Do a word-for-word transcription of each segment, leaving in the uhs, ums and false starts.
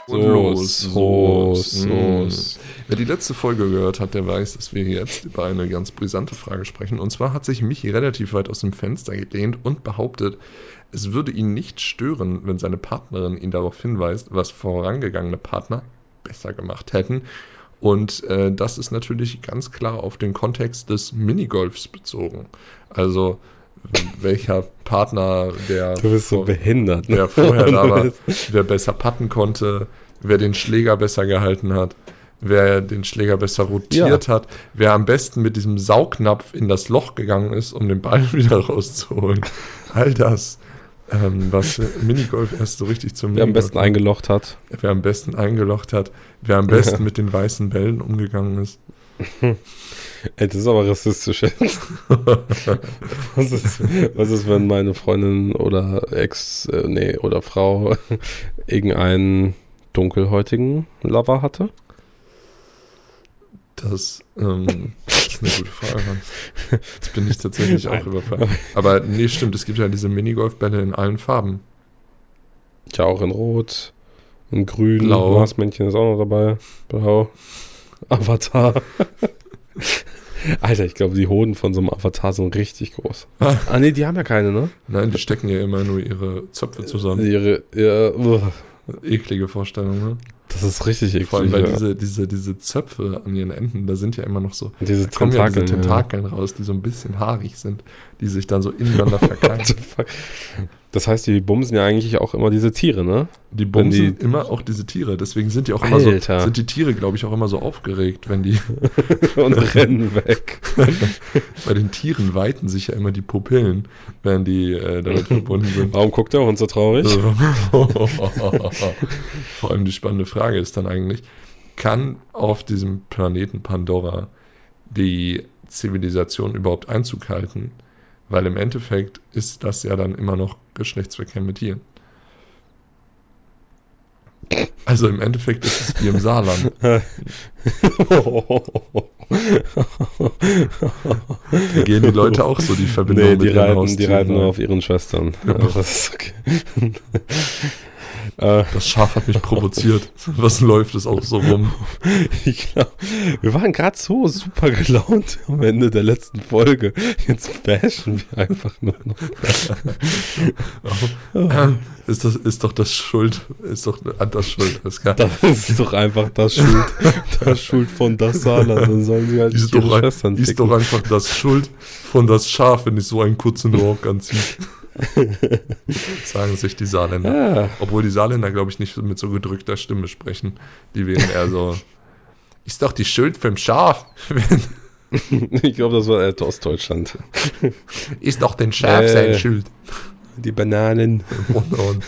Und los, los, los. Wer die letzte Folge gehört hat, der weiß, dass wir jetzt über eine ganz brisante Frage sprechen. Und zwar hat sich Michi relativ weit aus dem Fenster gelehnt und behauptet, es würde ihn nicht stören, wenn seine Partnerin ihn darauf hinweist, was vorangegangene Partner besser gemacht hätten. Und äh, das ist natürlich ganz klar auf den Kontext des Minigolfs bezogen. Also welcher Partner, der, du bist so behindert, ne? der vorher da war, wer besser putten konnte, wer den Schläger besser gehalten hat, wer den Schläger besser rotiert ja. hat, wer am besten mit diesem Saugnapf in das Loch gegangen ist, um den Ball wieder rauszuholen. All das, ähm, was Minigolf erst so richtig zum Wer am besten hat. eingelocht hat. Wer am besten eingelocht hat, wer am besten ja. mit den weißen Bällen umgegangen ist. Ey, das ist aber rassistisch. was, ist, was ist, wenn meine Freundin oder Ex, äh, nee, oder Frau irgendeinen dunkelhäutigen Lover hatte? Das, ähm, das ist eine gute Frage. Das bin ich tatsächlich auch überfallen. Aber nee, stimmt, es gibt ja diese Minigolfbälle in allen Farben. Ja, auch in Rot, in Grün, Blau. Marsmännchen ist auch noch dabei. Blau. Avatar. Alter, ich glaube, die Hoden von so einem Avatar sind richtig groß. Ah, ah nee, die haben ja keine, ne? Nein, die stecken ja immer nur ihre Zöpfe zusammen. Ihre, ja, uh. Eklige Vorstellung, ne? Das ist richtig eklig. Vor allem, weil ja. diese, diese, diese Zöpfe an ihren Enden, da sind ja immer noch so, diese da kommen Tentakeln, ja diese Tentakeln ja. raus, die so ein bisschen haarig sind, die sich dann so ineinander verkeilen. Das heißt, die bumsen ja eigentlich auch immer diese Tiere, ne? Die bumsen die immer auch diese Tiere, deswegen sind die auch immer Alter. so, sind die Tiere, glaube ich, auch immer so aufgeregt, wenn die und rennen weg. Bei den Tieren weiten sich ja immer die Pupillen, während die äh, damit verbunden sind. Warum guckt der Hund so traurig? Vor allem die spannende Frage ist dann eigentlich, kann auf diesem Planeten Pandora die Zivilisation überhaupt Einzug halten? Weil im Endeffekt ist das ja dann immer noch Geschlechtsverkehr mit Tieren. Also im Endeffekt ist es wie im Saarland. Da gehen die Leute auch so die Verbindung nee, mit die ihren reiten, Haustieren. Die reiten nur auf ihren Schwestern. Ja. Also das ist okay. Das Schaf hat mich provoziert. Was läuft es auch so rum? Ich glaube, wir waren gerade so super gelaunt am Ende der letzten Folge. Jetzt bashen wir einfach nur noch. oh. Ist das ist doch das Schuld, ist doch das Schuld. Das, das ist doch einfach das Schuld, das Schuld von das Saarland. Dann sollen sie halt ist ihre doch Schwestern ein, Ist doch einfach das Schuld von das Schaf, wenn ich so einen kurzen Rock anziehe. Sagen sich die Saarländer. Ja. Obwohl die Saarländer, glaube ich, nicht mit so gedrückter Stimme sprechen. Die wären eher so, ist doch die Schuld vom Schaf. Ich glaube, das war eher Ostdeutschland. Ist doch den Schaf äh, sein Schuld. Die Bananen. Und, und.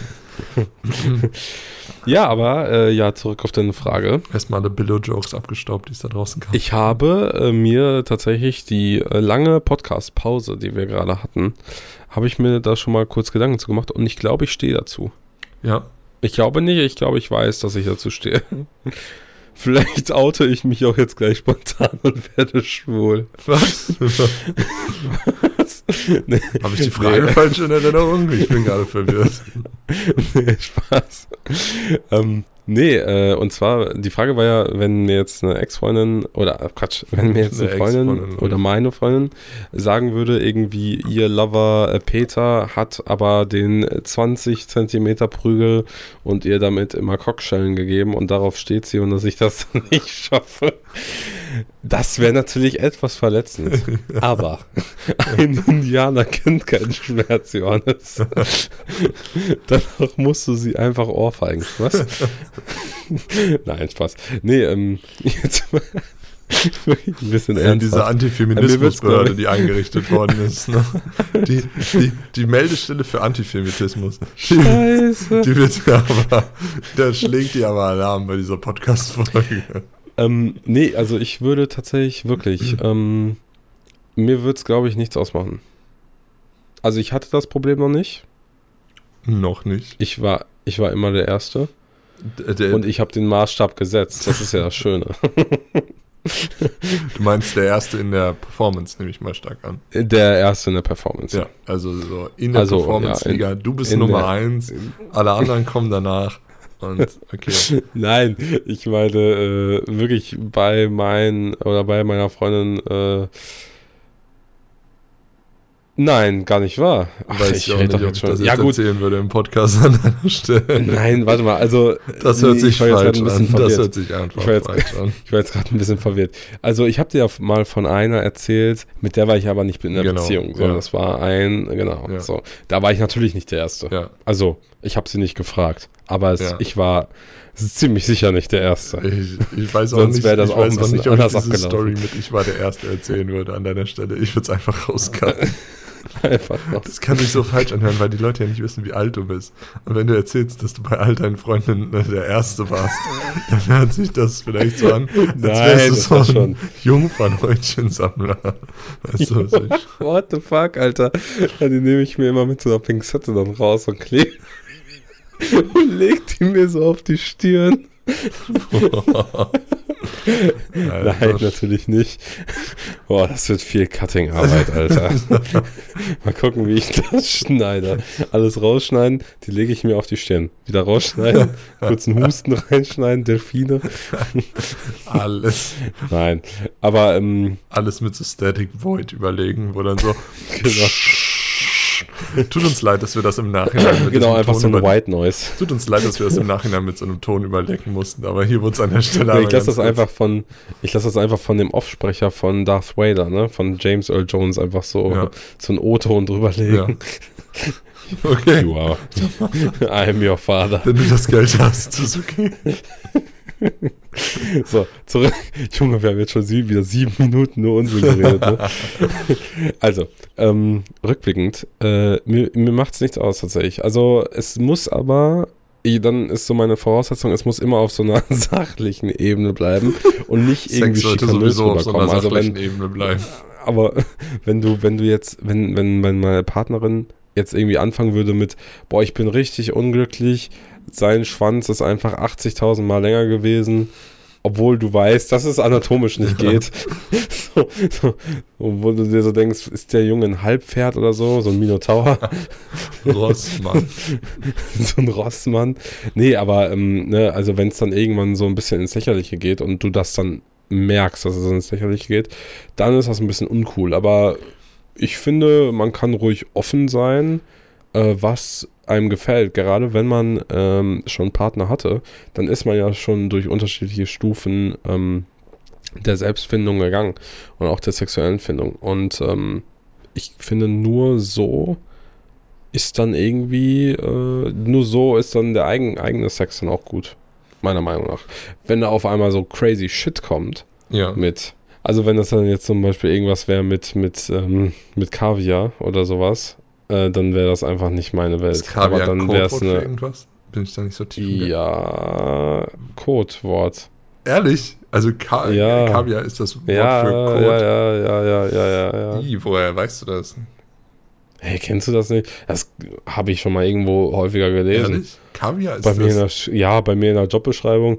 Ja, aber äh, ja, zurück auf deine Frage. Erstmal alle Billo-Jokes abgestaubt, die es da draußen gab. Ich habe äh, mir tatsächlich die äh, lange Podcast-Pause, die wir gerade hatten, habe ich mir da schon mal kurz Gedanken zu gemacht und ich glaube, ich stehe dazu. Ja. Ich glaube nicht, ich glaube, ich weiß, dass ich dazu stehe. Vielleicht oute ich mich auch jetzt gleich spontan und werde schwul. Was? Was? Nee. Habe ich die Frage nee. falsch in Erinnerung? Ich bin gerade verwirrt. Nee, Spaß. Ähm, nee, äh, und zwar, die Frage war ja, wenn mir jetzt eine Ex-Freundin, oder Quatsch, wenn mir jetzt eine, eine Freundin oder meine Freundin sagen würde, irgendwie ihr Lover äh, Peter hat aber den zwanzig Zentimeter Prügel und ihr damit immer Cockschellen gegeben und darauf steht sie und dass ich das nicht schaffe. Das wäre natürlich etwas verletzend. Aber ein Indianer kennt keinen Schmerz, Johannes. Danach musst du sie einfach ohrfeigen. Was? Nein, Spaß. Nee, ähm, jetzt wirklich ein bisschen ja, diese Antifeminismusbehörde, die eingerichtet worden ist. Ne? Die, die, die Meldestelle für Antifeminismus. Scheiße. Die, die wird aber, da schlägt die aber Alarm bei dieser Podcast-Folge. Ähm, nee, also ich würde tatsächlich wirklich, ähm, mir würde es, glaube ich, nichts ausmachen. Also ich hatte das Problem noch nicht. Noch nicht. Ich war, ich war immer der Erste. Der, der, und ich habe den Maßstab gesetzt. Das ist ja das Schöne. Du meinst der Erste in der Performance, nehme ich mal stark an. Der Erste in der Performance. Ja, also so in der also, Performance-Liga. Ja, du bist Nummer der, eins, alle anderen kommen danach. Und, okay. Nein, ich meine äh, wirklich bei mein oder bei meiner Freundin äh, nein, gar nicht wahr. Ach, weiß ich, ich rede doch jetzt schon. Dass ich ja, das gut. erzählen würde im Podcast an einer Stelle. Nein, warte mal, also das hört sich falsch an. Verwirrt. Das hört sich einfach ich war jetzt, falsch an. Ich war jetzt gerade ein bisschen verwirrt. Also ich habe dir ja mal von einer erzählt, mit der war ich aber nicht in einer genau, Beziehung, sondern ja. das war ein, genau, ja. so. Da war ich natürlich nicht der Erste. Ja. Also ich habe sie nicht gefragt, aber es, ja. ich war ziemlich sicher nicht der Erste. Ich, ich weiß auch Sonst nicht, wäre das ich auch weiß ein auch bisschen nicht, ob anders ich diese abgelaufen. Story mit ich war der Erste erzählen würde an deiner Stelle. Ich würde es einfach rauscutten. Einfach noch. Das kann sich so falsch anhören, weil die Leute ja nicht wissen, wie alt du bist. Und wenn du erzählst, dass du bei all deinen Freundinnen der Erste warst, dann hört sich das vielleicht so an, als wärst du so ein schon. Jungfernhäutchensammler. Weißt du, was ich... What the fuck, Alter? Ja, die nehme ich mir immer mit so einer Pinzette dann raus und klebe und leg die mir so auf die Stirn. Nein, natürlich nicht. Boah, das wird viel Cutting-Arbeit, Alter. Mal gucken, wie ich das schneide. Alles rausschneiden, die lege ich mir auf die Stirn. Wieder rausschneiden, kurz einen Husten reinschneiden, Delfine. Alles. Nein, aber ähm, alles mit so Static Void überlegen, wo dann so genau. Tut uns leid, dass wir das im Nachhinein mit genau, einfach Ton so ein über- White Noise. Tut uns leid, dass wir das im Nachhinein mit so einem Ton überdecken mussten, aber hier wurde es an der Stelle. Ich lasse das einfach von, ich lasse das einfach von dem Offsprecher von Darth Vader, ne, von James Earl Jones einfach so, Ja. so ein O-Ton drüberlegen. Ja. Okay. You are. I am your father. Wenn du das Geld hast, ist okay. So, zurück. Junge, wir haben jetzt schon sieben, wieder sieben Minuten nur Unsinn geredet. Ne? Also, ähm, rückblickend, äh, mir, mir macht es nichts aus tatsächlich. Also, es muss aber, ich, dann ist so meine Voraussetzung, es muss immer auf so einer sachlichen Ebene bleiben und nicht irgendwie Sex sollte schikanös sowieso auf so einer rüberkommen. Also, sachlichen wenn, Ebene bleiben. aber wenn du, wenn du jetzt, wenn, wenn, wenn meine Partnerin jetzt irgendwie anfangen würde mit, boah, ich bin richtig unglücklich, sein Schwanz ist einfach achtzigtausend Mal länger gewesen, obwohl du weißt, dass es anatomisch nicht geht. so, so, obwohl du dir so denkst, ist der Junge ein Halbpferd oder so, so ein Minotaur. Rossmann. so ein Rossmann. Nee, aber ähm, ne, also wenn es dann irgendwann so ein bisschen ins Lächerliche geht und du das dann merkst, dass es ins Lächerliche geht, dann ist das ein bisschen uncool. Aber ich finde, man kann ruhig offen sein, äh, was einem gefällt. Gerade wenn man ähm, schon einen Partner hatte, dann ist man ja schon durch unterschiedliche Stufen ähm, der Selbstfindung gegangen und auch der sexuellen Findung. Und ähm, ich finde, nur so ist dann irgendwie, äh, nur so ist dann der eigen, eigene Sex dann auch gut. Meiner Meinung nach. Wenn da auf einmal so crazy Shit kommt Ja. mit, also wenn das dann jetzt zum Beispiel irgendwas wäre mit, mit, ähm, mit Kaviar oder sowas, äh, dann wäre das einfach nicht meine Welt. Ist Kaviar Aber dann ein wäre es Codewort für eine, irgendwas? Bin ich da nicht so tief? drin? ja, Codewort. Ehrlich? Also Ka Ja. Kaviar ist das Wort Ja, für Code? ja, ja, ja, ja, ja, ja, ja. Wie, woher weißt du das? Hey, kennst du das nicht? Das habe ich schon mal irgendwo häufiger gelesen. Ehrlich? Kaviar ist Bei mir in der, das... Sch- ja, bei mir in der Jobbeschreibung.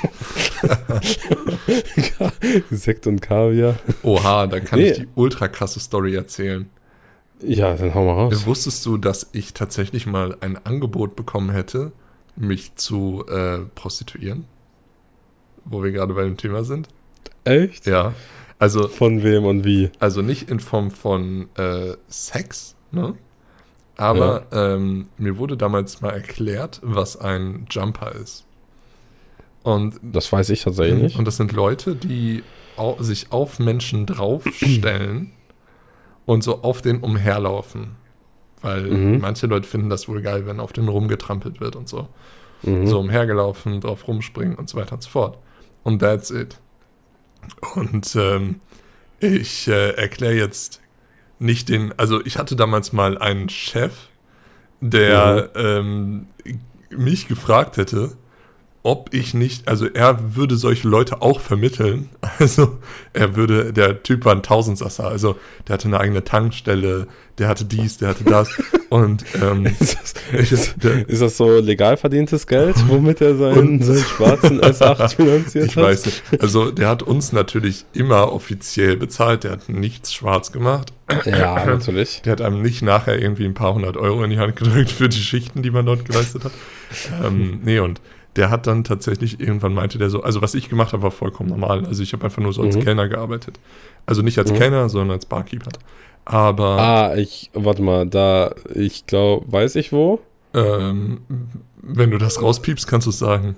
Sekt und Kaviar. Oha, da kann Nee. ich die ultra krasse Story erzählen. Ja, dann hau mal raus. Wusstest du, dass ich tatsächlich mal ein Angebot bekommen hätte, mich zu äh, prostituieren? Wo wir gerade bei dem Thema sind. Echt? Ja. Also, Von wem und wie? also nicht in Form von äh, Sex, ne? Aber ähm, mir wurde damals mal erklärt, was ein Jumper ist. Und, Das weiß ich tatsächlich nicht. und das sind Leute, die au sich auf Menschen draufstellen und so auf den umherlaufen. Weil Mhm. manche Leute finden das wohl geil, wenn auf den rumgetrampelt wird und so. Mhm. So umhergelaufen, drauf rumspringen und so weiter und so fort. Und that's it. Und ähm, ich äh, erkläre jetzt nicht den, also ich hatte damals mal einen Chef, der ähm, mich gefragt hätte, ob ich nicht, also er würde solche Leute auch vermitteln. Also er würde, der Typ war ein Tausendsasser, also der hatte eine eigene Tankstelle, der hatte dies, der hatte das. Und ähm, Ist das, ich, ist, der, ist das so legal verdientes Geld, womit er seinen, Und- seinen schwarzen S acht finanziert ich hat? weiß nicht. Also der hat uns natürlich immer offiziell bezahlt, der hat nichts schwarz gemacht. Ja, natürlich. Der hat einem nicht nachher irgendwie ein paar hundert Euro in die Hand gedrückt für die Schichten, die man dort geleistet hat. ähm, nee, und der hat dann tatsächlich, irgendwann meinte der so, also was ich gemacht habe, war vollkommen normal. Also ich habe einfach nur so als mhm. Kellner gearbeitet. Also nicht als mhm. Kellner, sondern als Barkeeper. Aber... Ah, ich, warte mal, da, ich glaube, weiß ich wo? Ähm, wenn du das rauspiepst, kannst du es sagen.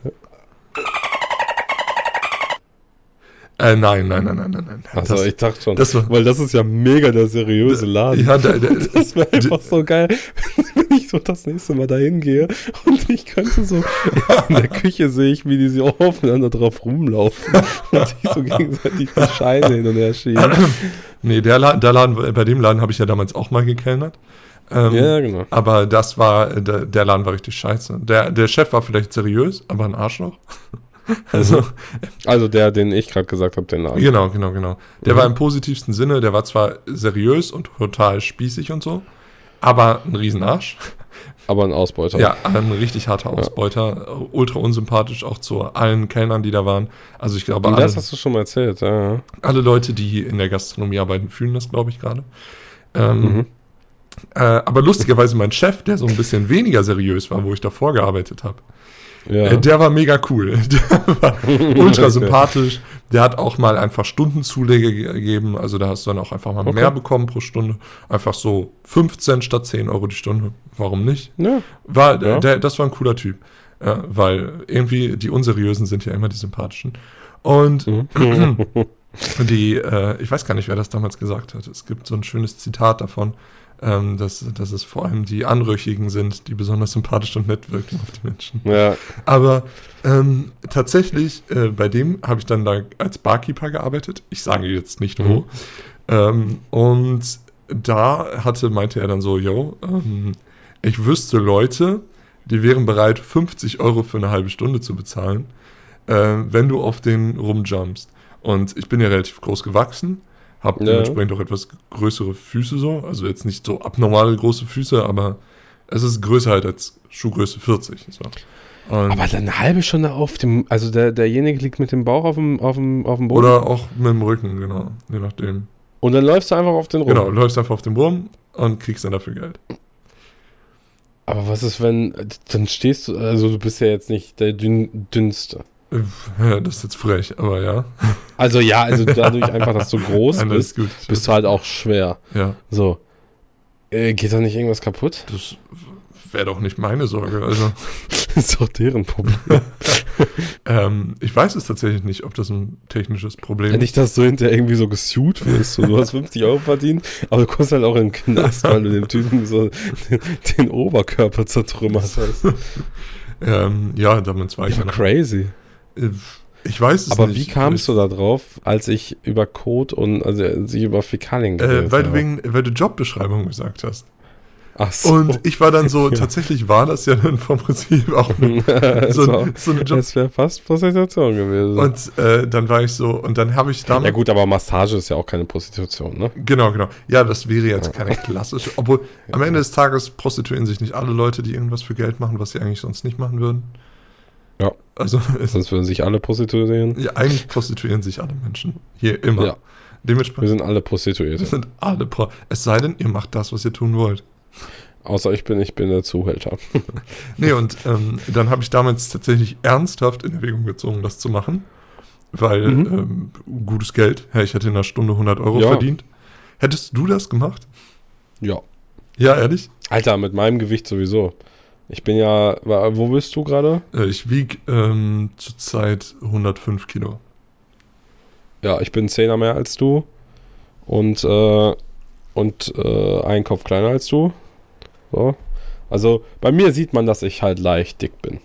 Äh, nein, nein, nein, nein, nein, nein. Achso, ich dachte schon, das war, weil das ist ja mega der seriöse Laden. Ja, da, da, das wäre einfach so geil, wenn ich so das nächste Mal dahin gehe und ich könnte so, in der Küche sehe ich, wie die so aufeinander drauf rumlaufen und sich so gegenseitig die Scheine hin und her schieben. Nee, der Laden, der Laden, bei dem Laden habe ich ja damals auch mal gekellnert. Ähm, ja, genau. Aber das war, der, der Laden war richtig scheiße. Der, der Chef war vielleicht seriös, aber ein Arschloch. Also, also der, den ich gerade gesagt habe, den Laden. Genau, genau, genau. Der mhm. war im positivsten Sinne, der war zwar seriös und total spießig und so, aber ein Riesenarsch. Aber ein Ausbeuter. Ja, ein richtig harter Ausbeuter. Ja. Ultra unsympathisch auch zu allen Kellnern, die da waren. Also ich glaube, alle, alle, das hast du schon mal erzählt, ja. Alle Leute, die in der Gastronomie arbeiten, fühlen das, glaube ich, gerade. Ähm, mhm. äh, aber lustigerweise mein Chef, der so ein bisschen weniger seriös war, wo ich davor gearbeitet habe, ja. äh, der war mega cool. Der war ultra sympathisch. Der hat auch mal einfach Stundenzuläge gegeben. Also da hast du dann auch einfach mal okay. mehr bekommen pro Stunde. Einfach so fünfzehn statt zehn Euro die Stunde. Warum nicht? Ja. War, ja. Der, das war ein cooler Typ. Äh, weil irgendwie die Unseriösen sind ja immer die Sympathischen. Und mhm. die, äh, ich weiß gar nicht, wer das damals gesagt hat. Es gibt so ein schönes Zitat davon, ähm, dass, dass es vor allem die Anrüchigen sind, die besonders sympathisch und nett wirken auf die Menschen. Ja. Aber ähm, tatsächlich, äh, bei dem habe ich dann da als Barkeeper gearbeitet. Ich sage jetzt nicht wo. Mhm. Ähm, und da hatte, meinte er dann so, yo, ähm, ich wüsste Leute, die wären bereit, fünfzig Euro für eine halbe Stunde zu bezahlen, äh, wenn du auf den rumjumpst. Und ich bin ja relativ groß gewachsen, habe ja. dementsprechend auch etwas größere Füße so, also jetzt nicht so abnormale große Füße, aber es ist größer halt als Schuhgröße vierzig. So. Und aber dann eine halbe Stunde auf dem, also der, derjenige liegt mit dem Bauch auf dem, auf dem, auf dem Boden? Oder auch mit dem Rücken, genau, je nachdem. Und dann läufst du einfach auf den rum? Genau, läufst einfach auf den rum und kriegst dann dafür Geld. Aber was ist, wenn, dann stehst du, also du bist ja jetzt nicht der dünn, dünnste. Ja, das ist jetzt frech, aber ja. Also ja, also dadurch einfach, dass du groß Nein, bist, gut. bist du halt auch schwer. Ja. So. Äh, geht da nicht irgendwas kaputt? Das wäre doch nicht meine Sorge, also. Das ist doch deren Problem. ähm, ich weiß es tatsächlich nicht, ob das ein technisches Problem ist. Ja, nicht, dass du hinterher irgendwie so gesued wirst. So, du hast fünfzig Euro verdient, aber du kommst halt auch in den Knast, weil du dem Typen so den, den Oberkörper zertrümmert hast. ähm, ja, damit war ich ja crazy. Ich weiß es aber nicht. Aber wie kamst du da drauf, als ich über Code und also als ich über Fäkalien geredet äh, weil, du wegen, weil du Jobbeschreibung gesagt hast. Ach so. Und ich war dann so, ja. tatsächlich war das ja dann vom Prinzip auch eine, so, so, so eine Job. Das wäre fast Prostitution gewesen. Und äh, dann war ich so, und dann habe ich damit... Ja gut, aber Massage ist ja auch keine Prostitution, ne? Genau, genau. Ja, das wäre jetzt keine klassische, obwohl ja. am Ende des Tages prostituieren sich nicht alle Leute, die irgendwas für Geld machen, was sie eigentlich sonst nicht machen würden. Ja, also sonst würden sich alle prostituieren. Ja, eigentlich prostituieren sich alle Menschen. Hier immer. Ja. Dementsprechend, wir sind alle Prostituierte. Wir sind alle Pro- Es sei denn, ihr macht das, was ihr tun wollt. Außer ich bin, ich bin der Zuhälter. Nee, und ähm, dann habe ich damals tatsächlich ernsthaft in Erwägung gezogen, das zu machen. Weil mhm. ähm, gutes Geld. Ja, ich hätte in einer Stunde hundert Euro ja. verdient. Hättest du das gemacht? Ja. Ja, ehrlich? Alter, mit meinem Gewicht sowieso. Ich bin ja, wo bist du gerade? Ich wiege ähm, zurzeit hundertfünf Kilo. Ja, ich bin Zehner mehr als du und, äh, und äh, einen Kopf kleiner als du. So. Also bei mir sieht man, dass ich halt leicht dick bin.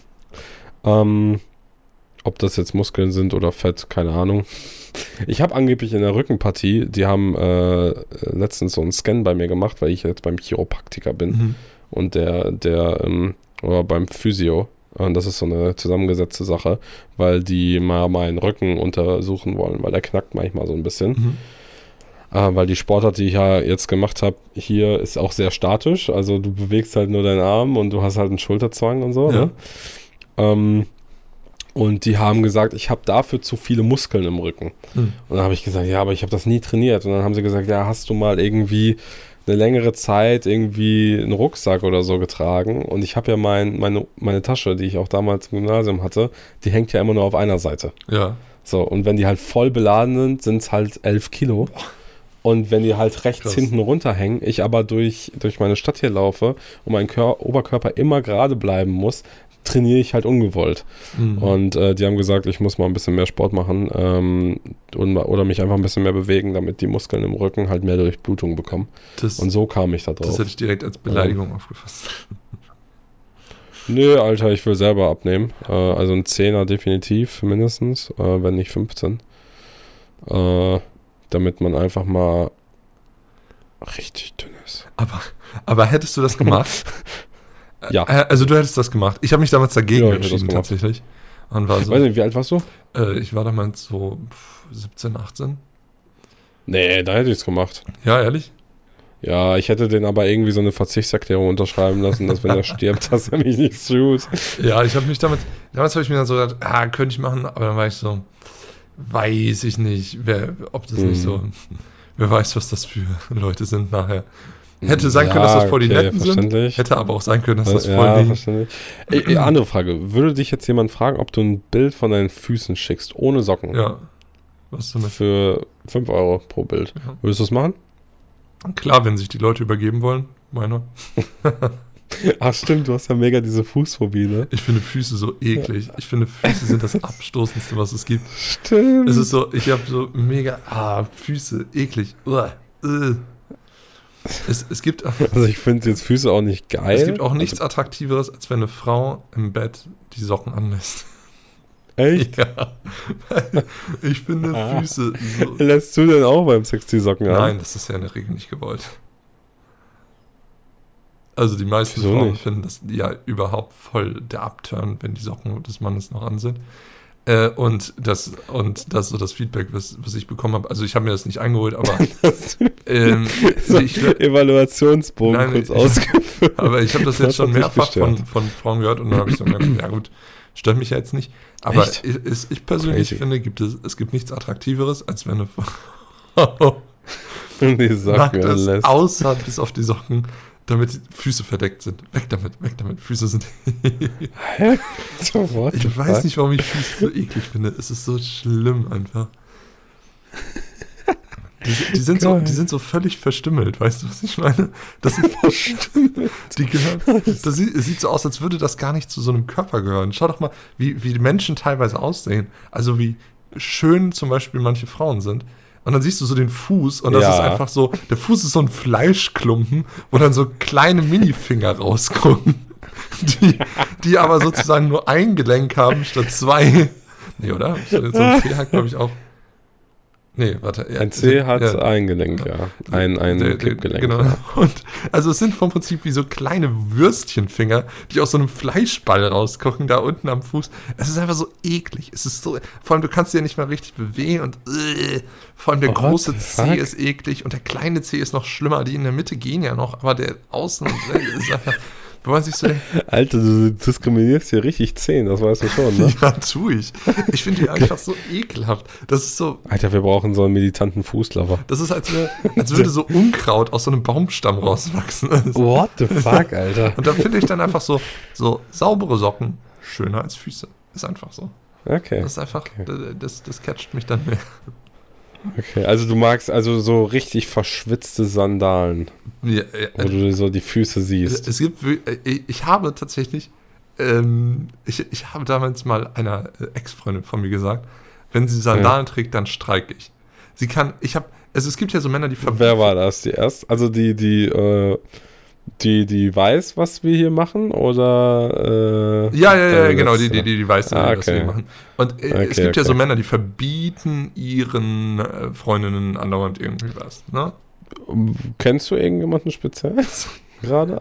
ähm, ob das jetzt Muskeln sind oder Fett, keine Ahnung. Ich habe angeblich in der Rückenpartie, die haben äh, letztens so einen Scan bei mir gemacht, weil ich jetzt beim Chiropraktiker bin. Mhm. Und der, der, ähm, oder beim Physio, und das ist so eine zusammengesetzte Sache, weil die mal meinen Rücken untersuchen wollen, weil der knackt manchmal so ein bisschen. Mhm. Äh, weil die Sportart, die ich ja jetzt gemacht habe, hier ist auch sehr statisch, also du bewegst halt nur deinen Arm und du hast halt einen Schulterzwang und so. Ja. Ne? Ähm, und die haben gesagt, ich habe dafür zu viele Muskeln im Rücken. Mhm. Und dann habe ich gesagt, ja, aber ich habe das nie trainiert. Und dann haben sie gesagt, ja, hast du mal irgendwie eine längere Zeit irgendwie einen Rucksack oder so getragen und ich habe ja mein, meine, meine Tasche, die ich auch damals im Gymnasium hatte, die hängt ja immer nur auf einer Seite. Ja. So, und wenn die halt voll beladen sind, sind es halt elf Kilo. Boah. Und wenn die halt rechts Krass. hinten runterhängen, ich aber durch, durch meine Stadt hier laufe und mein Kör- Oberkörper immer gerade bleiben muss, trainiere ich halt ungewollt. Mhm. Und äh, die haben gesagt, ich muss mal ein bisschen mehr Sport machen ähm, und, oder mich einfach ein bisschen mehr bewegen, damit die Muskeln im Rücken halt mehr Durchblutung bekommen. Das, und so kam ich da drauf. Das hätte ich direkt als Beleidigung ähm. aufgefasst. Nö, Alter, ich will selber abnehmen. Äh, also ein Zehner definitiv mindestens, äh, wenn nicht fünfzehn. Äh, damit man einfach mal richtig dünn ist. Aber, aber hättest du das gemacht? Ja. Also du hättest das gemacht. Ich habe mich damals dagegen ja, entschieden tatsächlich. Und war so, weiß nicht, wie alt warst du? Äh, ich war damals so siebzehn, achtzehn. Nee, da hätte ich es gemacht. Ja, ehrlich? Ja, ich hätte den aber irgendwie so eine Verzichtserklärung unterschreiben lassen, dass wenn er stirbt, dass er mich nicht tut. Ja, ich habe mich damals, damals habe ich mir dann so gedacht, ah, könnte ich machen, aber dann war ich so, weiß ich nicht, wer, ob das hm. nicht so, wer weiß, was das für Leute sind nachher. Hätte sein ja, können, dass das voll die okay, Netten sind, hätte aber auch sein können, dass das voll ja, die... verständlich. Ey, andere Frage, würde dich jetzt jemand fragen, ob du ein Bild von deinen Füßen schickst, ohne Socken? Ja. Was damit? Für fünf Euro pro Bild. Ja. Würdest du das machen? Klar, wenn sich die Leute übergeben wollen, meiner. Ach stimmt, du hast ja mega diese Fußphobie, ne? Ich finde Füße so eklig. Ich finde Füße sind das Abstoßendste, was es gibt. Stimmt. Es ist so, ich habe so mega, ah, Füße, eklig. Uah, uh. Es, es gibt, also ich finde jetzt Füße auch nicht geil. Es gibt auch nichts Attraktiveres, als wenn eine Frau im Bett die Socken anlässt. Echt? Ja. Ich finde ah. Füße so... Lässt du denn auch beim Sex die Socken an? Nein, das ist ja in der Regel nicht gewollt. Also die meisten Wieso Frauen nicht? finden das ja überhaupt voll der Upturn, wenn die Socken des Mannes noch an sind. Äh, und das und das so das Feedback, was, was ich bekommen habe. Also ich habe mir das nicht eingeholt, aber ähm, so ich, Evaluationsbogen nein, kurz ich, ausgeführt. Aber ich habe das jetzt schon mehrfach von, von Frauen gehört und dann habe ich so gedacht, ja gut, stört mich ja jetzt nicht. Aber ich, ich persönlich Crazy. finde, gibt es, es gibt nichts Attraktiveres, als wenn eine Frau die Socken das außer bis auf die Socken, damit die Füße verdeckt sind. Weg damit, weg damit. Füße sind... Hä? So, ich weiß fuck? nicht, warum ich Füße so eklig finde. Es ist so schlimm einfach. Die, die, sind so, die sind so völlig verstümmelt, weißt du, was ich meine? Das sind verstümmelt. Die gehören, das sieht, es sieht so aus, als würde das gar nicht zu so einem Körper gehören. Schau doch mal, wie, wie die Menschen teilweise aussehen. Also wie schön zum Beispiel manche Frauen sind. Und dann siehst du so den Fuß und das ja. ist einfach so, der Fuß ist so ein Fleischklumpen, wo dann so kleine Minifinger rausgucken, die, die aber sozusagen nur ein Gelenk haben statt zwei. Nee, oder? So ein Zeh hat, glaube ich, auch. Nee, warte. Ja, ein C hat ja, ein Gelenk, ja. Ein, ein der, Kippgelenk. Genau. Ja. Und also es sind vom Prinzip wie so kleine Würstchenfinger, die aus so einem Fleischball rausgucken, da unten am Fuß. Es ist einfach so eklig. Es ist so, vor allem, du kannst dich ja nicht mal richtig bewegen und äh, vor allem der What große Zeh ist eklig und der kleine Zeh ist noch schlimmer. Die in der Mitte gehen ja noch, aber der außen ist einfach... Wo man sich so denkt, Alter, du diskriminierst hier richtig zehn, das weißt du schon, ne? Ja, tu ich. Ich finde die einfach so ekelhaft. Das ist so... Alter, wir brauchen so einen militanten Fußlover. Das ist, als, wär, als würde so Unkraut aus so einem Baumstamm rauswachsen. What the fuck, Alter? Und da finde ich dann einfach so, so saubere Socken schöner als Füße. Ist einfach so. Okay. Das ist einfach, okay. das, das catcht mich dann mehr. Okay, also du magst also so richtig verschwitzte Sandalen, ja, ja, wo du so die Füße siehst. Es gibt, ich habe tatsächlich, ähm, ich, ich habe damals mal einer Ex-Freundin von mir gesagt, wenn sie Sandalen ja. trägt, dann streike ich. Sie kann, ich habe, also es gibt ja so Männer, die verbieten. Wer war das? Die erst, also die, die, äh, die, die weiß, was wir hier machen, oder? Äh, ja, ja, ja, genau, die, die, die, die weiß, ah, okay. was wir hier machen. Und äh, okay, es gibt okay. ja so Männer, die verbieten ihren äh, Freundinnen andauernd irgendwie was, ne? Kennst du irgendjemanden speziell? Gerade?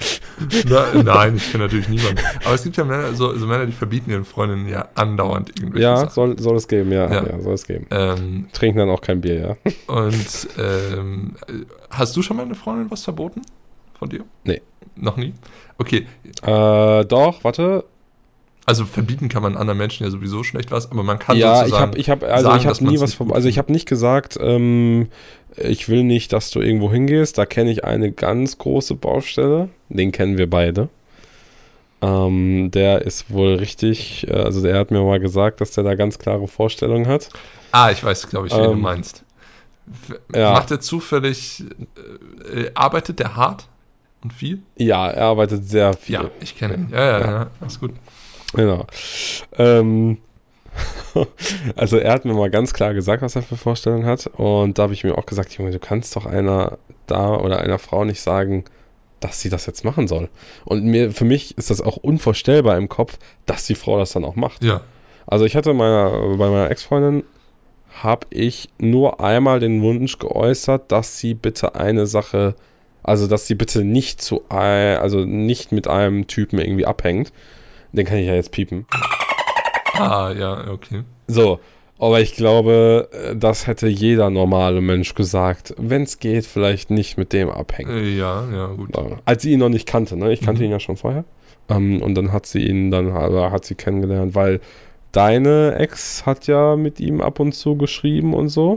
Na, nein, ich kenne natürlich niemanden. Aber es gibt ja Männer, so, so Männer, die verbieten ihren Freundinnen ja andauernd irgendwelche Ja, Sachen. soll, soll es geben, ja, ja. ja soll es geben. Ähm, Trinken dann auch kein Bier, ja. Und ähm, hast du schon mal eine Freundin was verboten? Von dir? Nee. Noch nie? Okay. Äh, doch, warte. Also verbieten kann man anderen Menschen ja sowieso schlecht was, aber man kann ja, sozusagen ich habe ich hab, also sagen, ich habe nie was vom, also ich habe nicht gesagt, ähm, ich will nicht, dass du irgendwo hingehst. Da kenne ich eine ganz große Baustelle. Den kennen wir beide. Ähm, der ist wohl richtig, also der hat mir mal gesagt, dass der da ganz klare Vorstellungen hat. Ah, ich weiß, glaube ich, wen ähm, du meinst. Ja. Macht er zufällig, äh, arbeitet der hart und viel? Ja, er arbeitet sehr viel. Ja, ich kenne ihn. Ja, ja, ja, ja, alles gut. Genau. Ähm, also er hat mir mal ganz klar gesagt, was er für Vorstellungen hat. Und da habe ich mir auch gesagt, Junge, du kannst doch einer da oder einer Frau nicht sagen, dass sie das jetzt machen soll. Und mir, für mich ist das auch unvorstellbar im Kopf, dass die Frau das dann auch macht. Ja. Also ich hatte meiner, bei meiner Ex-Freundin habe ich nur einmal den Wunsch geäußert, dass sie bitte eine Sache, also dass sie bitte nicht zu, also nicht mit einem Typen irgendwie abhängt. Den kann ich ja jetzt piepen. Ah, ja, okay. So, aber ich glaube, das hätte jeder normale Mensch gesagt. Wenn es geht, vielleicht nicht mit dem abhängen. Ja, ja, gut. Als sie ihn noch nicht kannte, ne? Ich kannte mhm. ihn ja schon vorher. Ähm, und dann hat sie ihn dann, also hat sie kennengelernt, weil deine Ex hat ja mit ihm ab und zu geschrieben und so.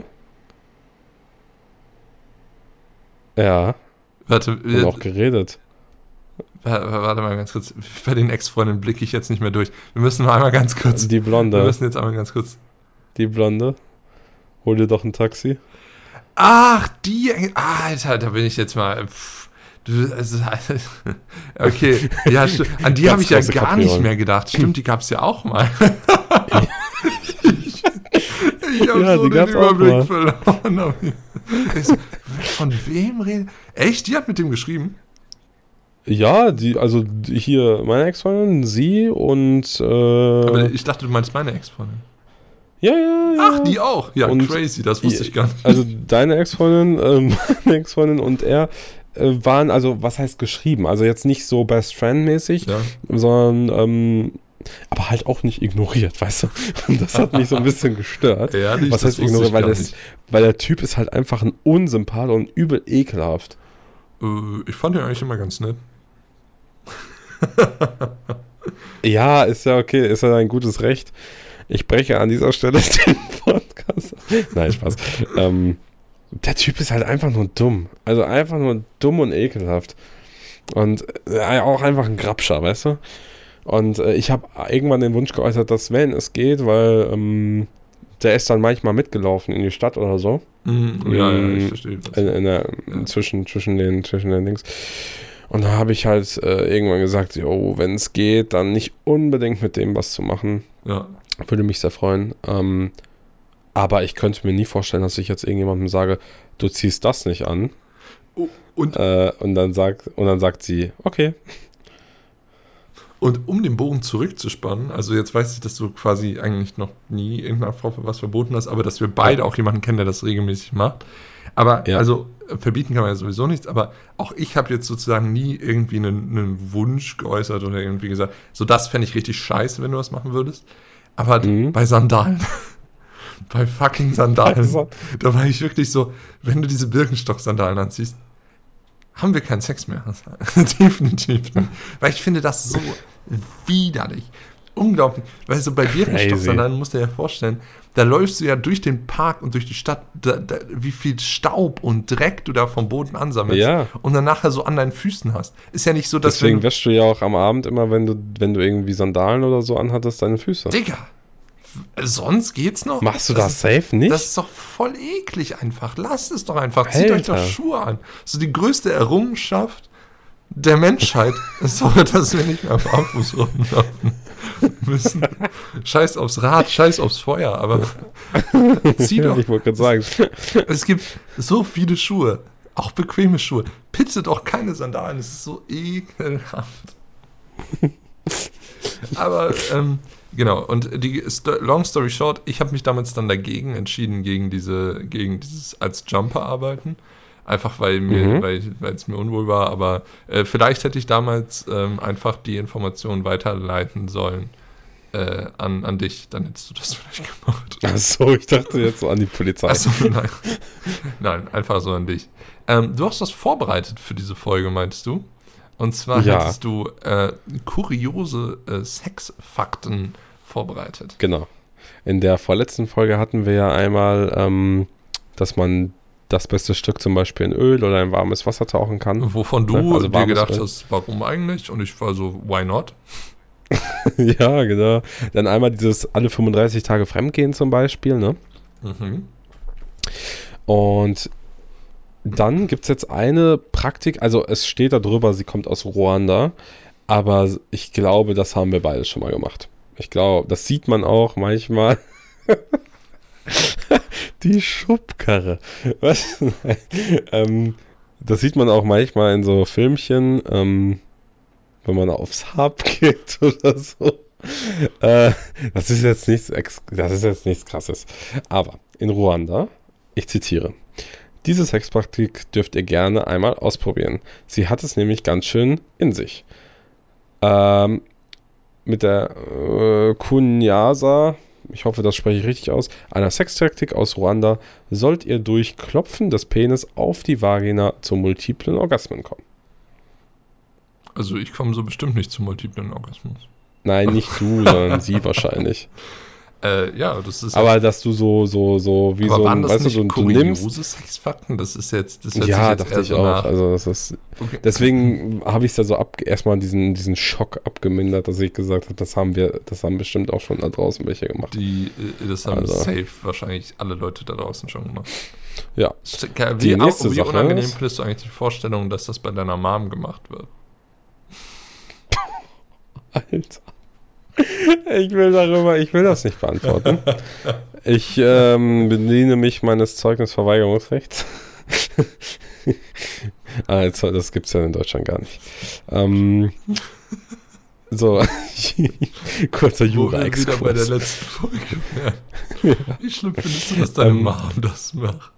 Ja. Warte, und auch geredet. Warte mal ganz kurz. Bei den Ex-Freundinnen blicke ich jetzt nicht mehr durch. Wir müssen mal einmal ganz kurz. Die Blonde. Wir müssen jetzt einmal ganz kurz. Die Blonde. Hol dir doch ein Taxi. Ach, die. Ah, Alter, da bin ich jetzt mal. Pff, du, also, okay. Ja, an die habe ich ja gar Kapion. nicht mehr gedacht. Stimmt, die gab es ja auch mal. ich ich habe ja, so den Überblick verloren. Von wem redet? Echt? Die hat mit dem geschrieben? Ja, die, also hier meine Ex-Freundin, sie und äh, aber ich dachte, du meinst meine Ex-Freundin. Ja, ja, ja. Ach, die auch. Ja, und crazy, das wusste ich gar nicht. Also deine Ex-Freundin, äh, meine Ex-Freundin und er äh, waren, also was heißt geschrieben? Also jetzt nicht so Best Friend-mäßig, ja. sondern ähm, aber halt auch nicht ignoriert, weißt du? Und das hat mich so ein bisschen gestört. Ja, nicht, was heißt ignoriert? Weil, das, weil der Typ ist halt einfach ein Unsympath und übel ekelhaft. Äh, ich fand ihn eigentlich immer ganz nett. Ja, ist ja okay, ist ja ein gutes Recht. Ich breche an dieser Stelle den Podcast. Nein, Spaß. ähm, der Typ ist halt einfach nur dumm. Also einfach nur dumm und ekelhaft. Und äh, auch einfach ein Grabscher, weißt du? Und äh, ich habe irgendwann den Wunsch geäußert, dass wenn es geht, weil ähm, der ist dann manchmal mitgelaufen in die Stadt oder so. Mhm, ja, ja, ich verstehe. In, in der, ja. zwischen, zwischen, den, zwischen den Dings. Und da habe ich halt äh, irgendwann gesagt, jo, wenn es geht, dann nicht unbedingt mit dem was zu machen. Ja. Würde mich sehr freuen. Ähm, aber ich könnte mir nie vorstellen, dass ich jetzt irgendjemandem sage, du ziehst das nicht an. Oh, und, äh, und, dann sagt, und dann sagt sie, okay. Und um den Bogen zurückzuspannen, also jetzt weiß ich, dass du quasi eigentlich noch nie irgendeiner Frau für was verboten hast, aber dass wir beide auch jemanden kennen, der das regelmäßig macht. Aber, ja. also, verbieten kann man ja sowieso nichts, aber auch ich habe jetzt sozusagen nie irgendwie einen, einen Wunsch geäußert oder irgendwie gesagt, so das fände ich richtig scheiße, wenn du das machen würdest. Aber mhm. bei Sandalen, bei fucking Sandalen, also. Da war ich wirklich so, wenn du diese Birkenstock-Sandalen anziehst, haben wir keinen Sex mehr. Definitiv nicht. Weil ich finde das so widerlich. Unglaublich. Weil so bei Birkenstock-Sandalen musst du dir ja vorstellen, da läufst du ja durch den Park und durch die Stadt, da, da, wie viel Staub und Dreck du da vom Boden ansammelst ja. und dann nachher so an deinen Füßen hast. Ist ja nicht so, dass Deswegen wäschst du ja auch am Abend immer, wenn du, wenn du irgendwie Sandalen oder so anhattest, deine Füße. Digga, sonst geht's noch. Machst du das, das safe nicht? Das ist doch voll eklig einfach. Lasst es doch einfach. Zieht euch doch Schuhe an. So die größte Errungenschaft der Menschheit ist doch, dass wir nicht mehr barfuß rumlaufen müssen. Scheiß aufs Rad, scheiß aufs Feuer, aber zieh doch. Ich wollte gerade sagen. Es gibt so viele Schuhe, auch bequeme Schuhe. Bitte doch keine Sandalen, es ist so ekelhaft. Aber, ähm, genau, und die long story short, ich habe mich damals dann dagegen entschieden, gegen diese, gegen dieses als Jumper arbeiten. Einfach weil mir, mhm. weil, weil es mir unwohl war, aber äh, vielleicht hätte ich damals ähm, einfach die Informationen weiterleiten sollen äh, an, an dich, dann hättest du das vielleicht gemacht. Ach so, ich dachte jetzt so an die Polizei. Ach so, nein. Nein, einfach so an dich. Ähm, du hast was vorbereitet für diese Folge, meinst du? Und zwar Ja. hättest du äh, kuriose äh, Sexfakten vorbereitet. Genau. In der vorletzten Folge hatten wir ja einmal, ähm, dass man das beste Stück zum Beispiel in Öl oder in warmes Wasser tauchen kann. Wovon du Also dir warmes gedacht Öl. hast, warum eigentlich? Und ich war so, why not? Ja, genau. Dann einmal dieses alle fünfunddreißig Tage Fremdgehen zum Beispiel, ne? Mhm. Und dann gibt es jetzt eine Praktik, also es steht da drüber, sie kommt aus Ruanda, aber ich glaube, das haben wir beide schon mal gemacht. Ich glaube, das sieht man auch manchmal. Die Schubkarre. Was? Nein. ähm, das sieht man auch manchmal in so Filmchen, ähm, wenn man aufs Hub geht oder so. Äh, das ist jetzt nichts, ex- das ist jetzt nichts Krasses. Aber in Ruanda, ich zitiere, diese Sexpraktik dürft ihr gerne einmal ausprobieren. Sie hat es nämlich ganz schön in sich. Ähm, mit der äh, Kunyasa, ich hoffe, das spreche ich richtig aus, einer Sextaktik aus Ruanda, sollt ihr durch Klopfen des Penis auf die Vagina zu multiplen Orgasmen kommen. Also ich komme so bestimmt nicht zum multiplen Orgasmus. Nein, nicht du, sondern sie wahrscheinlich. Äh, ja, das ist... Aber dass du so, so, so, wie aber so waren ein, das weißt du, nicht so, du kuriose nimmst... Sexfakten? Das ist jetzt... Das hört Ja, sich jetzt dachte eher ich so auch. nach- Also das ist, Okay. deswegen habe ich es ja so ab, erstmal diesen, diesen Schock abgemindert, dass ich gesagt habe, das haben wir, das haben bestimmt auch schon da draußen welche gemacht. Die, äh, das haben Also. safe wahrscheinlich alle Leute da draußen schon gemacht. Ja. Wie, Die nächste wie Sache unangenehm ist- findest du eigentlich die Vorstellung, dass das bei deiner Mom gemacht wird? Alter. Ich will darüber, ich will das nicht beantworten. Ich ähm, bediene mich meines Zeugnisverweigerungsrechts. ah, jetzt, das gibt es ja in Deutschland gar nicht. Ähm, so, kurzer Wo wir wieder bei der Jura-Exkurs. letzten Folge wären. Wie schlimm findest du, dass deine Ähm. Mom das macht?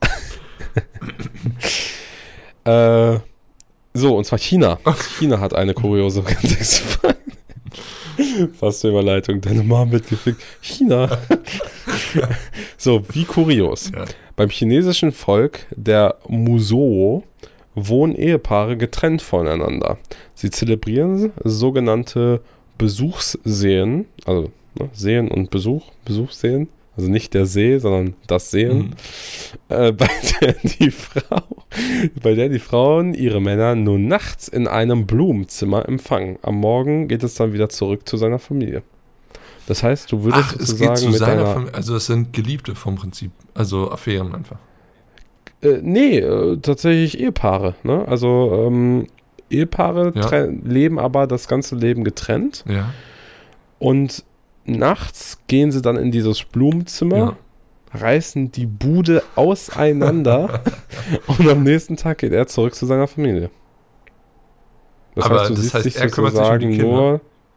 Äh, so, und zwar China. China hat eine kuriose Sexfaktik. Fast zur Überleitung. Deine Mom wird gefickt. China. So, wie kurios. Ja. Beim chinesischen Volk der Muzhou wohnen Ehepaare getrennt voneinander. Sie zelebrieren sogenannte Besuchssehen, also ne, Sehen und Besuch, Besuchssehen, also nicht der See, sondern das Sehen, Mhm. äh, bei der die Frau, bei der die Frauen ihre Männer nur nachts in einem Blumenzimmer empfangen. Am Morgen geht es dann wieder zurück zu seiner Familie. Das heißt, du würdest Ach, es sozusagen geht zu mit seiner deiner... Familie. Also es sind Geliebte vom Prinzip. Also Affären einfach. Äh, nee, äh, tatsächlich Ehepaare. Ne? Also ähm, Ehepaare Ja. tre- leben aber das ganze Leben getrennt. Ja. Und nachts gehen sie dann in dieses Blumenzimmer, Ja. reißen die Bude auseinander und am nächsten Tag geht er zurück zu seiner Familie. Das Aber heißt, du das siehst heißt, dich er kümmert sich um sozusagen die Kinder? nur...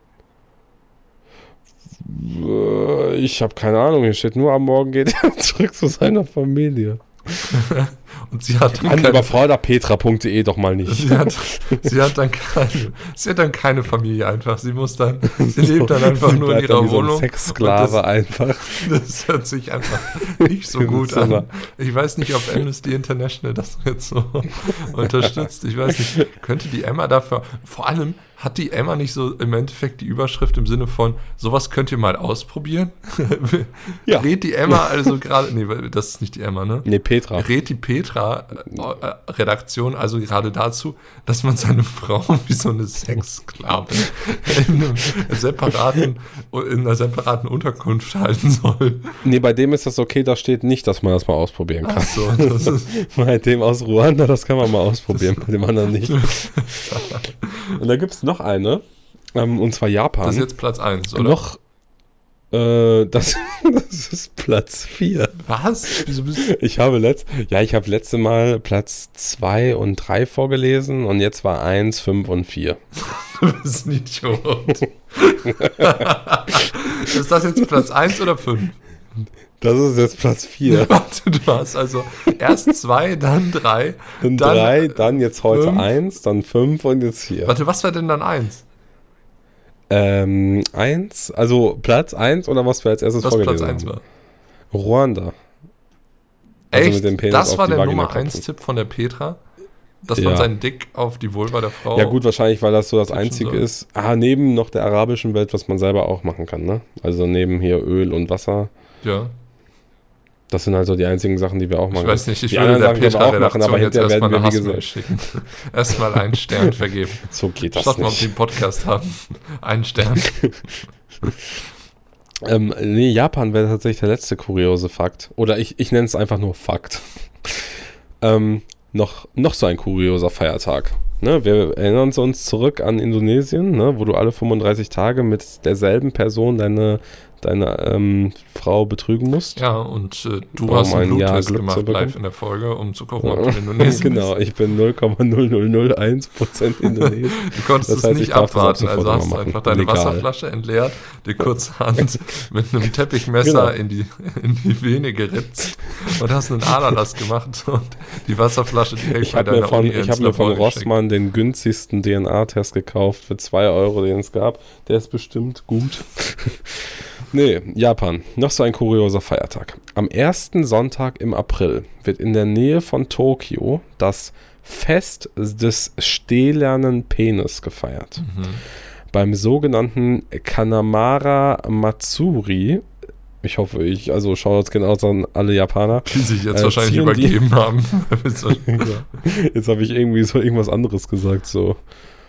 Äh, Ich habe keine Ahnung, hier steht nur, am Morgen geht er zurück zu seiner Familie. Und sie hat dann An keine, überforderpetra punkt de doch mal nicht. sie hat, sie hat dann keine, sie hat dann keine Familie einfach. Sie muss dann, sie lebt dann einfach Sie nur in bleibt dann ihrer wie so ein Wohnung. Sexsklave Und einfach. Das, das hört sich einfach nicht so Im gut Zimmer. an. Ich weiß nicht, ob Amnesty International das jetzt so unterstützt. Ich weiß nicht, könnte die Emma dafür, vor allem hat die Emma nicht so im Endeffekt die Überschrift im Sinne von, sowas könnt ihr mal ausprobieren? Ja. Rät die Emma also gerade, nee, weil das ist nicht die Emma, ne? Nee, Petra. Rät die Petra-Redaktion also gerade dazu, dass man seine Frau wie so eine Sexsklavin in, einem separaten, in einer separaten Unterkunft halten soll. Nee, bei dem ist das okay, da steht nicht, dass man das mal ausprobieren kann. Ach so, das ist, Bei dem aus Ruanda, das kann man mal ausprobieren, bei dem anderen nicht. Und da gibt es noch eine, ähm, und zwar Japan. das ist jetzt Platz eins, oder? Noch, äh, das, das ist Platz vier. Was? Wieso bist du? Ich habe letzt, ja, ich habe letzte Mal Platz zwei und drei vorgelesen und jetzt war eins, fünf und vier. Du bist ein Idiot. Ist das jetzt Platz eins oder fünf? Das ist jetzt Platz vier. Warte, du hast also erst zwei, dann drei. Dann Dann drei, dann jetzt heute fünf. eins, dann fünf und jetzt vier. Warte, was war denn dann eins? Ähm, eins, also Platz eins oder was wir als erstes Was Platz vorgelesen eins haben? war? Ruanda. Also Echt? mit dem Penis Das auf war die der Vagina Nummer klopfen. eins Tipp von der Petra? dass man ja. seinen Dick auf die Vulva der Frau... Ja gut, wahrscheinlich, weil das so das Einzige soll. ist. Ah, neben noch der arabischen Welt, was man selber auch machen kann, ne? Also neben hier Öl und Wasser. Ja. Das sind also die einzigen Sachen, die wir auch machen. Ich weiß nicht, ich die würde der Petra-Redaktion jetzt erstmal eine Hassmail schicken. Erstmal einen Stern vergeben. So geht das Statt nicht. mal, ob die einen Podcast haben. Einen Stern. ähm, nee, Japan wäre tatsächlich der letzte kuriose Fakt. Oder ich, ich nenne es einfach nur Fakt. ähm, noch, noch so ein kurioser Feiertag. Ne, wir erinnern uns zurück an Indonesien, ne, wo du alle fünfunddreißig Tage mit derselben Person deine, deine ähm, Frau betrügen musst. Ja, und äh, du um hast einen Bluttest gemacht live in der Folge, um zu gucken, ob du in Indonesien Genau, bist. Ich bin null Komma null null null eins Prozent Indonesisch. Du konntest das heißt, es nicht abwarten, also hast du einfach deine Legal. Wasserflasche entleert, die kurzhand mit einem Teppichmesser genau. in, die, in die Vene geritzt und hast einen Ananas gemacht und die Wasserflasche direkt ich bei deiner von, Uni Ich habe mir von Rossmann den günstigsten D N A-Test gekauft für zwei Euro, den es gab. Der ist bestimmt gut. Nee, Japan. Noch so ein kurioser Feiertag. Am ersten Sonntag im April wird in der Nähe von Tokio das Fest des stählernen Penis gefeiert. Mhm. Beim sogenannten Kanamara Matsuri, ich hoffe, ich, also schaut genau an alle Japaner. Die sich jetzt äh, wahrscheinlich übergeben die, haben. Ja. Jetzt habe ich irgendwie so irgendwas anderes gesagt, so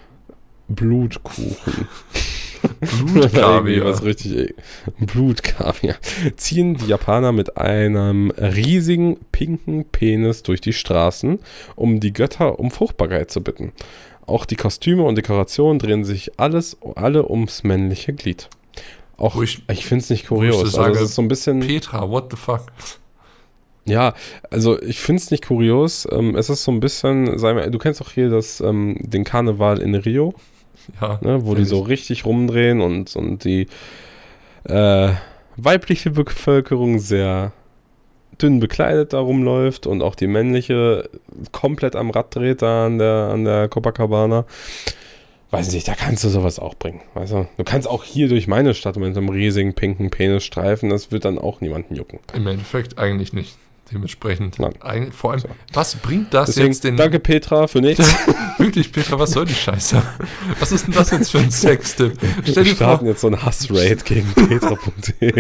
Blutkuchen. Blutkaviar. was richtig Blutkaviar. Ziehen die Japaner mit einem riesigen pinken Penis durch die Straßen, um die Götter um Fruchtbarkeit zu bitten. Auch die Kostüme und Dekorationen drehen sich alles, alle ums männliche Glied. Auch ich, ich finde es nicht kurios. Ich sage, also es ist so ein bisschen. Petra, what the fuck? Ja, also ich finde es nicht kurios. Ähm, es ist so ein bisschen, sagen wir, du kennst auch hier das, ähm, den Karneval in Rio. Ja, ne, wo die so richtig rumdrehen und, und die äh, weibliche Bevölkerung sehr dünn bekleidet da rumläuft und auch die männliche komplett am Rad dreht da an der, an der Copacabana. Weiß nicht, da kannst du sowas auch bringen. Weißt du? Du kannst auch hier durch meine Stadt mit einem riesigen pinken Penis streifen, das wird dann auch niemanden jucken. Im Endeffekt eigentlich nicht. Dementsprechend. Nein. Vor allem, so. Was bringt das Deswegen, jetzt den... Danke Petra für nichts. Wirklich, Petra, was soll die Scheiße? Was ist denn das jetzt für ein Sextipp? Wir starten jetzt so ein Hassraid gegen petra punkt de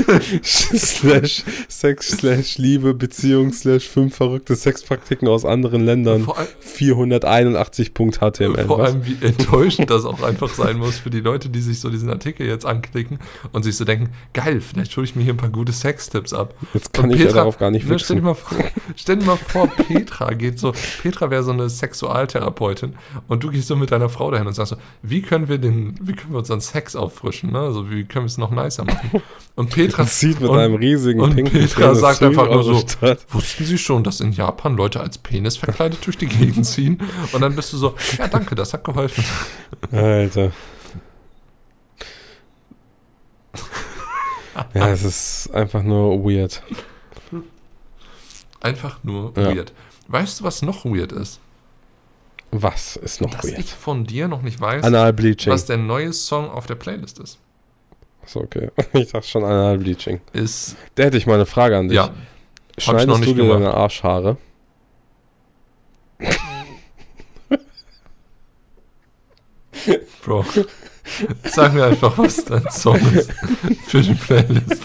slash Sex slash Liebe Beziehung slash fünf verrückte Sexpraktiken aus anderen Ländern allem, vierhunderteinundachtzig Punkt H T M L. Vor allem, wie enttäuschend das auch einfach sein muss für die Leute, die sich so diesen Artikel jetzt anklicken und sich so denken, geil, vielleicht hole ich mir hier ein paar gute Sextipps ab. Jetzt kann und ich Petra, ja darauf gar nicht ne, stell dir mal vor, stell dir mal vor, Petra geht so, Petra wäre so eine Sexualtherapeutin und du gehst so mit deiner Frau dahin und sagst so, wie können wir den, wie können wir unseren Sex auffrischen, ne? Also wie können wir es noch nicer machen? Und Petra sieht mit und, einem riesigen und pinken Petra Penis sagt einfach nur so, Stadt. Wussten Sie schon, dass in Japan Leute als Penis verkleidet durch die Gegend ziehen? Und dann bist du so, ja danke, das hat geholfen. Alter. Ja, es ist einfach nur weird. Einfach nur ja. weird. Weißt du, was noch weird ist? Was ist noch Dass weird? Dass ich von dir noch nicht weiß, Analbleaching. Was der neue Song auf der Playlist ist. Achso, okay. Ich dachte schon Analbleaching. Ist. Da hätte ich mal eine Frage an dich. Ja. Schneidest du dir gemacht. deine Arschhaare? Bro, sag mir einfach, was dein Song ist für die Playlist.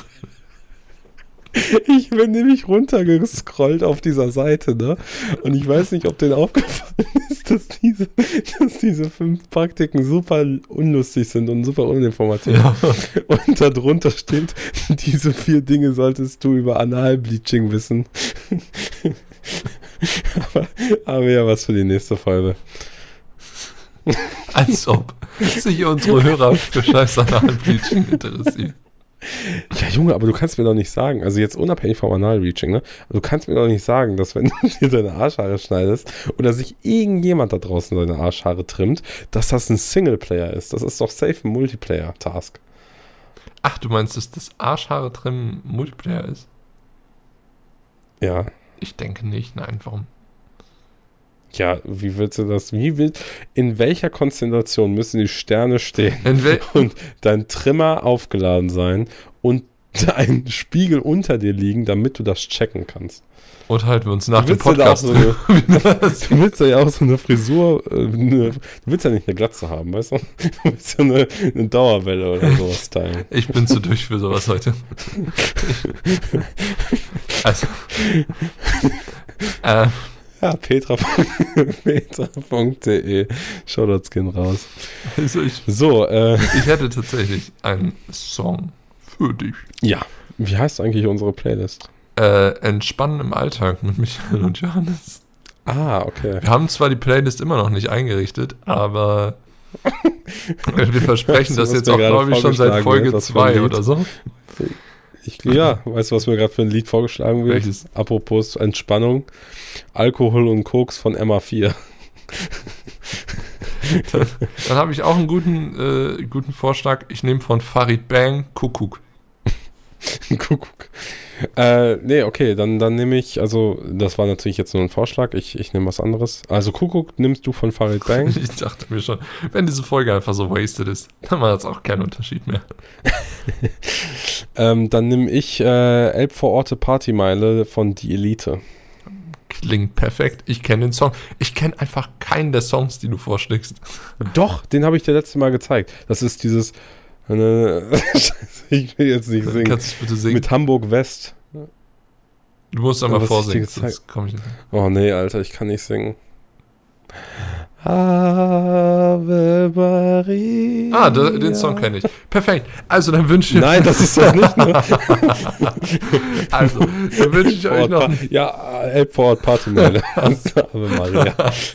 Ich bin nämlich runtergescrollt auf dieser Seite, ne? Und ich weiß nicht, ob denen aufgefallen ist, dass diese, dass diese fünf Praktiken super unlustig sind und super uninformativ. Ja. Und darunter steht, diese vier Dinge solltest du über Analbleaching wissen. aber, aber ja, was für die nächste Folge. Als ob sich unsere Hörer für scheiß Analbleaching interessieren. Ja, Junge, aber du kannst mir doch nicht sagen, also jetzt unabhängig vom Analreaching, ne? Du kannst mir doch nicht sagen, dass wenn du dir deine Arschhaare schneidest oder sich irgendjemand da draußen seine Arschhaare trimmt, dass das ein Singleplayer ist. Das ist doch safe ein Multiplayer-Task. Ach, du meinst, dass das Arschhaare trimmen Multiplayer ist? Ja. Ich denke nicht, nein, warum? Ja, wie willst du das, wie will, in welcher Konstellation müssen die Sterne stehen in wel- und dein Trimmer aufgeladen sein und einen Spiegel unter dir liegen, damit du das checken kannst. Und halten wir uns nach dem Podcast. Podcast. So eine, du willst ja auch so eine Frisur, eine, du willst ja nicht eine Glatze haben, weißt du? Du willst ja eine, eine Dauerwelle oder sowas stylen. Ich bin zu durch für sowas heute. Also. äh, ja, petra punkt de. Shoutouts gehen raus. Also ich, so, äh, ich hätte tatsächlich einen Song für dich. Ja. Wie heißt eigentlich unsere Playlist? Äh, Entspannen im Alltag mit Michael und Johannes. Ah, okay. Wir haben zwar die Playlist immer noch nicht eingerichtet, aber wir versprechen das jetzt auch, glaube ich, schon seit Folge zwei oder so. Ich, ja, weißt du, was mir gerade für ein Lied vorgeschlagen wird? Welches? Apropos Entspannung. Alkohol und Koks von M A vier. Dann, dann habe ich auch einen guten, äh, guten Vorschlag. Ich nehme von Farid Bang Kuckuck. Kuckuck. Äh, nee, okay, dann, dann nehme ich, also das war natürlich jetzt nur ein Vorschlag, ich, ich nehme was anderes. Also Kuckuck nimmst du von Farid Bang. Ich dachte mir schon, wenn diese Folge einfach so wasted ist, dann macht es auch keinen Unterschied mehr. ähm, dann nehme ich äh, Elb vor Orte Partymeile von Die Elite. Klingt perfekt. Ich kenne den Song. Ich kenne einfach keinen der Songs, die du vorschlägst. Doch, den habe ich dir letztes Mal gezeigt. Das ist dieses ich will jetzt nicht singen. Kannst du bitte singen? Mit Hamburg West. Du musst aber vorsingen, sonst komm ich nicht. Oh nee, Alter, ich kann nicht singen. Ave Maria. Ah, da, den Song kenne ich. Perfekt. Also, dann wünsche ich... Nein, das ist doch nicht nur... Also, dann wünsche ich euch noch... Ja, Elb vor Ort Partymeile. Ave Maria.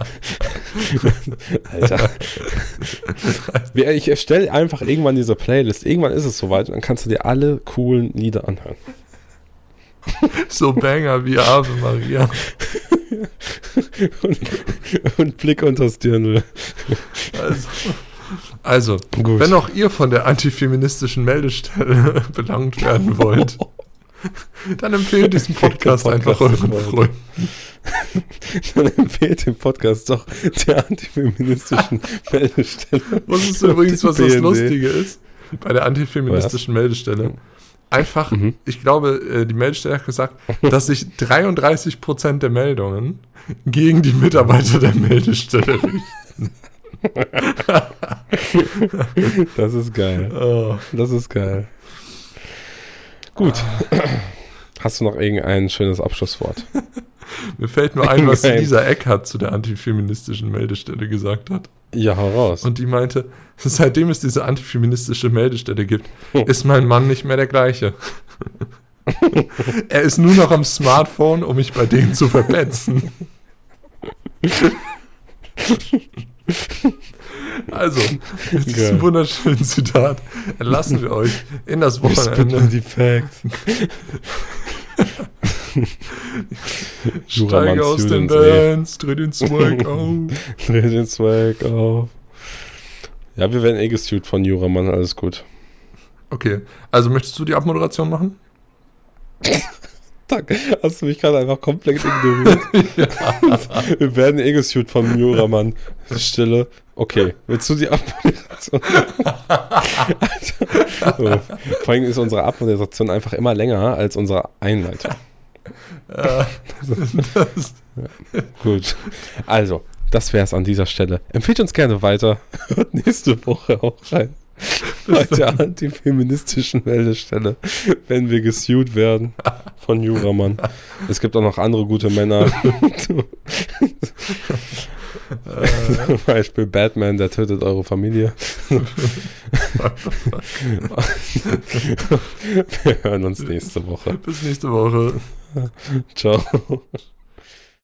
Alter. Ich erstelle einfach irgendwann diese Playlist. Irgendwann ist es soweit und dann kannst du dir alle coolen Lieder anhören. So Banger wie Ave Maria. und, und Blick unters Dirndl. Also, also wenn auch ihr von der antifeministischen Meldestelle belangt werden wollt, dann empfehlt diesen Podcast, Podcast einfach euren Freunden. Dann empfehlt den Podcast doch der antifeministischen Meldestelle. Wusstest du übrigens, was das Lustige ist? Bei der antifeministischen was? Meldestelle. Einfach, mhm. ich glaube, die Meldestelle hat gesagt, dass sich dreiunddreißig Prozent der Meldungen gegen die Mitarbeiter der Meldestelle richten. Das ist geil. Oh. Das ist geil. Gut. Ah. Hast du noch irgendein schönes Abschlusswort? Mir fällt nur ein, was Lisa Eckhardt zu der antifeministischen Meldestelle gesagt hat. Ja, hau raus. Und die meinte, seitdem es diese antifeministische Meldestelle gibt, ist mein Mann nicht mehr der gleiche. Er ist nur noch am Smartphone, um mich bei denen zu verpetzen. Also, mit Geil. diesem wunderschönen Zitat entlassen wir euch in das Wochenende. Die Facts. Steige aus den Bands, dreh den Swag auf. Dreh den Swag auf. Ja, wir werden eh gesued von Juramann, alles gut. Okay, also möchtest du die Abmoderation machen? Danke, hast du mich gerade einfach komplett ignoriert. Ja. Wir werden eh gesued vom Juramann. Stille. Okay, willst du die Abmoderation? So. Vor allem ist unsere Abmoderation einfach immer länger als unsere Einleitung. Ja, das. Ja. Gut. Also, das wäre es an dieser Stelle. Empfehlt uns gerne weiter. Hört nächste Woche auch rein. Bei der antifeministischen Meldestelle, wenn wir gesued werden von Juramann. Es gibt auch noch andere gute Männer. Zum Beispiel Batman, der tötet eure Familie. Wir hören uns nächste Woche. Bis nächste Woche. Ciao.